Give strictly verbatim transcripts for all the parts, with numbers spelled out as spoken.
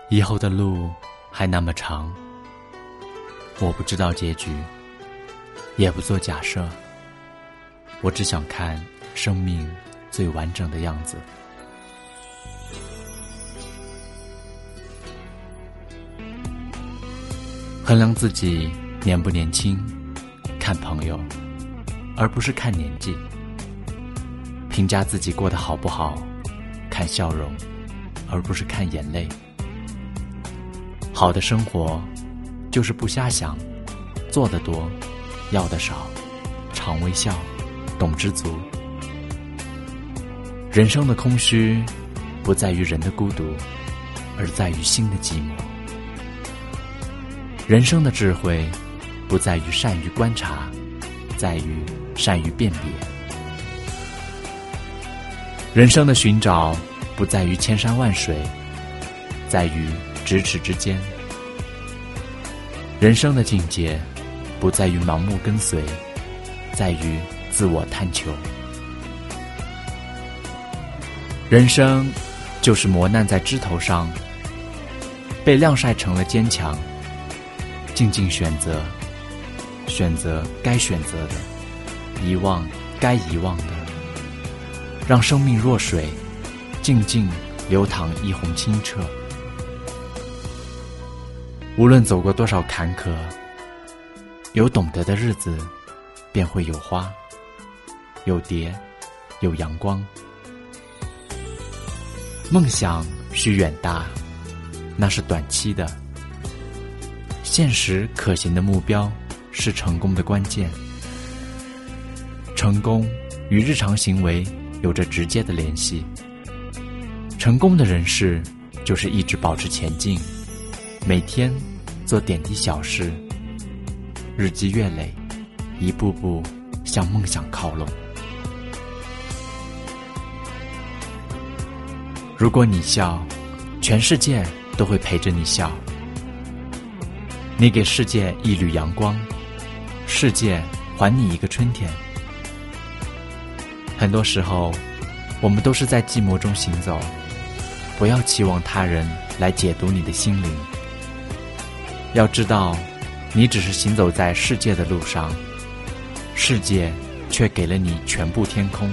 以后的路还那么长，我不知道结局，也不做假设，我只想看生命最完整的样子。衡量自己年不年轻，看朋友，而不是看年纪；评价自己过得好不好，看笑容，而不是看眼泪。好的生活，就是不瞎想，做得多，要得少，常微笑，懂知足。人生的空虚，不在于人的孤独，而在于心的寂寞。人生的智慧，不在于善于观察，在于善于辨别。人生的寻找，不在于千山万水，在于咫尺之间。人生的境界，不在于盲目跟随，在于自我探求。人生就是磨难在枝头上，被晾晒成了坚强。静静选择，选择该选择的，遗忘该遗忘的，让生命若水，静静流淌一泓清澈。无论走过多少坎坷，有懂得的日子，便会有花，有蝶，有阳光。梦想需远大，那是短期的。现实可行的目标是成功的关键。成功与日常行为有着直接的联系。成功的人士就是一直保持前进，每天做点滴小事，日积月累，一步步向梦想靠拢。如果你笑，全世界都会陪着你笑。你给世界一缕阳光，世界还你一个春天。很多时候，我们都是在寂寞中行走，不要期望他人来解读你的心灵。要知道，你只是行走在世界的路上，世界却给了你全部天空。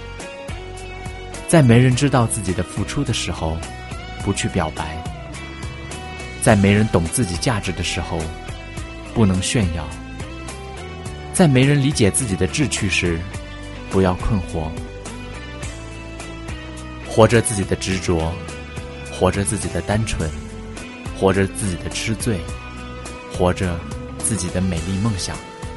在没人知道自己的付出的时候，不去表白；在没人懂自己价值的时候，不能炫耀；在没人理解自己的志趣时，不要困惑。活着自己的执着，活着自己的单纯，活着自己的痴醉，活着自己的美丽梦想。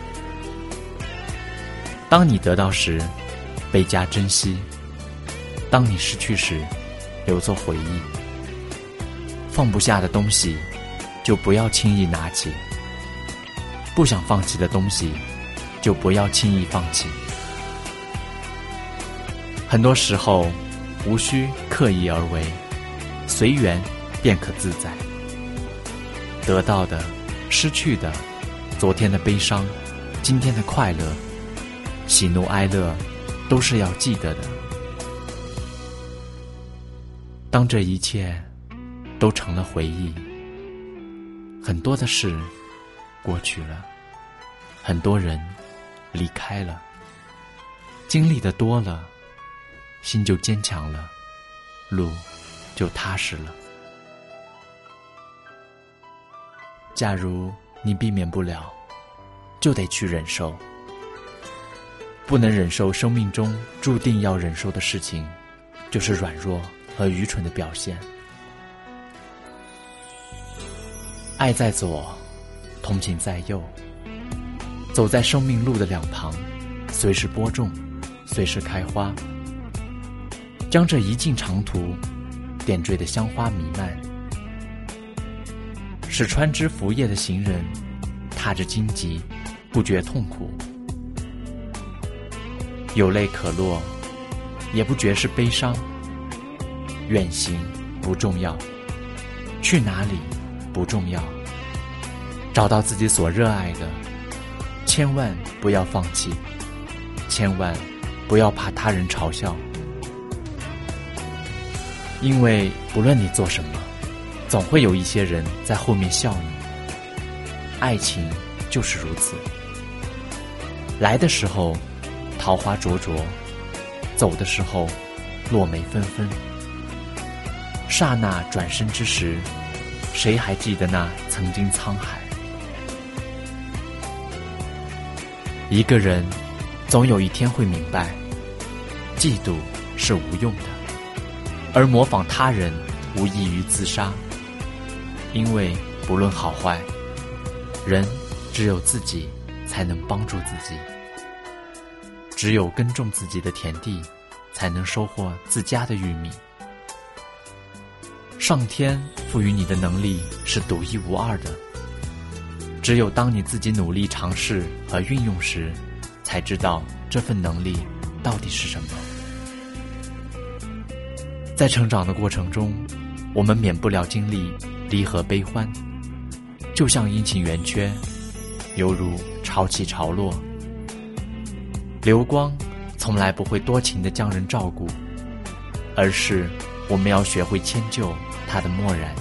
当你得到时，倍加珍惜；当你失去时，留作回忆。放不下的东西，就不要轻易拿起；不想放弃的东西，就不要轻易放弃。很多时候，无需刻意而为，随缘便可自在。得到的，失去的，昨天的悲伤，今天的快乐，喜怒哀乐，都是要记得的。当这一切都成了回忆，很多的事过去了，很多人离开了，经历的多了，心就坚强了，路就踏实了。假如你避免不了，就得去忍受。不能忍受生命中注定要忍受的事情，就是软弱和愚蠢的表现。爱在左，同情在右，走在生命路的两旁，随时播种，随时开花，将这一径长途点缀的香花弥漫，使穿枝拂叶的行人踏着荆棘不觉痛苦，有泪可落也不觉是悲伤。远行不重要，去哪里不重要，找到自己所热爱的，千万不要放弃，千万不要怕他人嘲笑。因为不论你做什么， 总会有一些人在后面笑你。爱情就是如此，来的时候桃花灼灼，走的时候落梅纷纷。刹那转身之时，谁还记得那曾经沧海？一个人总有一天会明白，嫉妒是无用的，而模仿他人无异于自杀。因为不论好坏，人只有自己才能帮助自己，只有耕种自己的田地，才能收获自家的玉米。上天赋予你的能力是独一无二的，只有当你自己努力尝试和运用时，才知道这份能力到底是什么。在成长的过程中，我们免不了经历离合悲欢，就像阴晴圆缺，犹如潮起潮落。流光从来不会多情地将人照顾，而是我们要学会迁就它的漠然。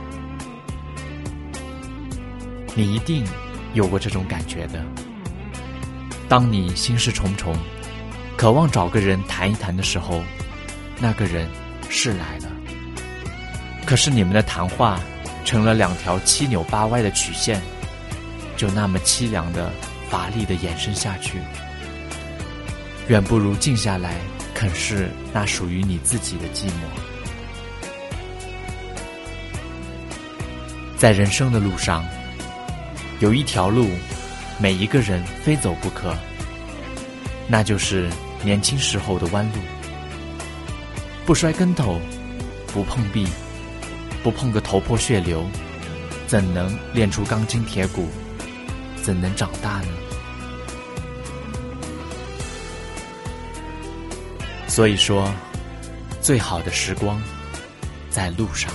你一定有过这种感觉的，当你心事重重，渴望找个人谈一谈的时候，那个人是来了，可是你们的谈话成了两条七扭八歪的曲线，就那么凄凉的乏力的延伸下去，远不如静下来啃噬那属于你自己的寂寞。在人生的路上，有一条路每一个人非走不可，那就是年轻时候的弯路。不摔跟头，不碰壁，不碰个头破血流，怎能练出钢筋铁骨，怎能长大呢？所以说，最好的时光在路上。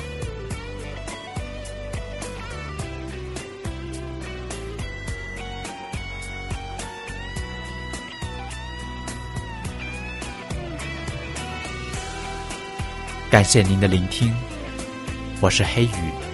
感谢您的聆听，我是黑羽。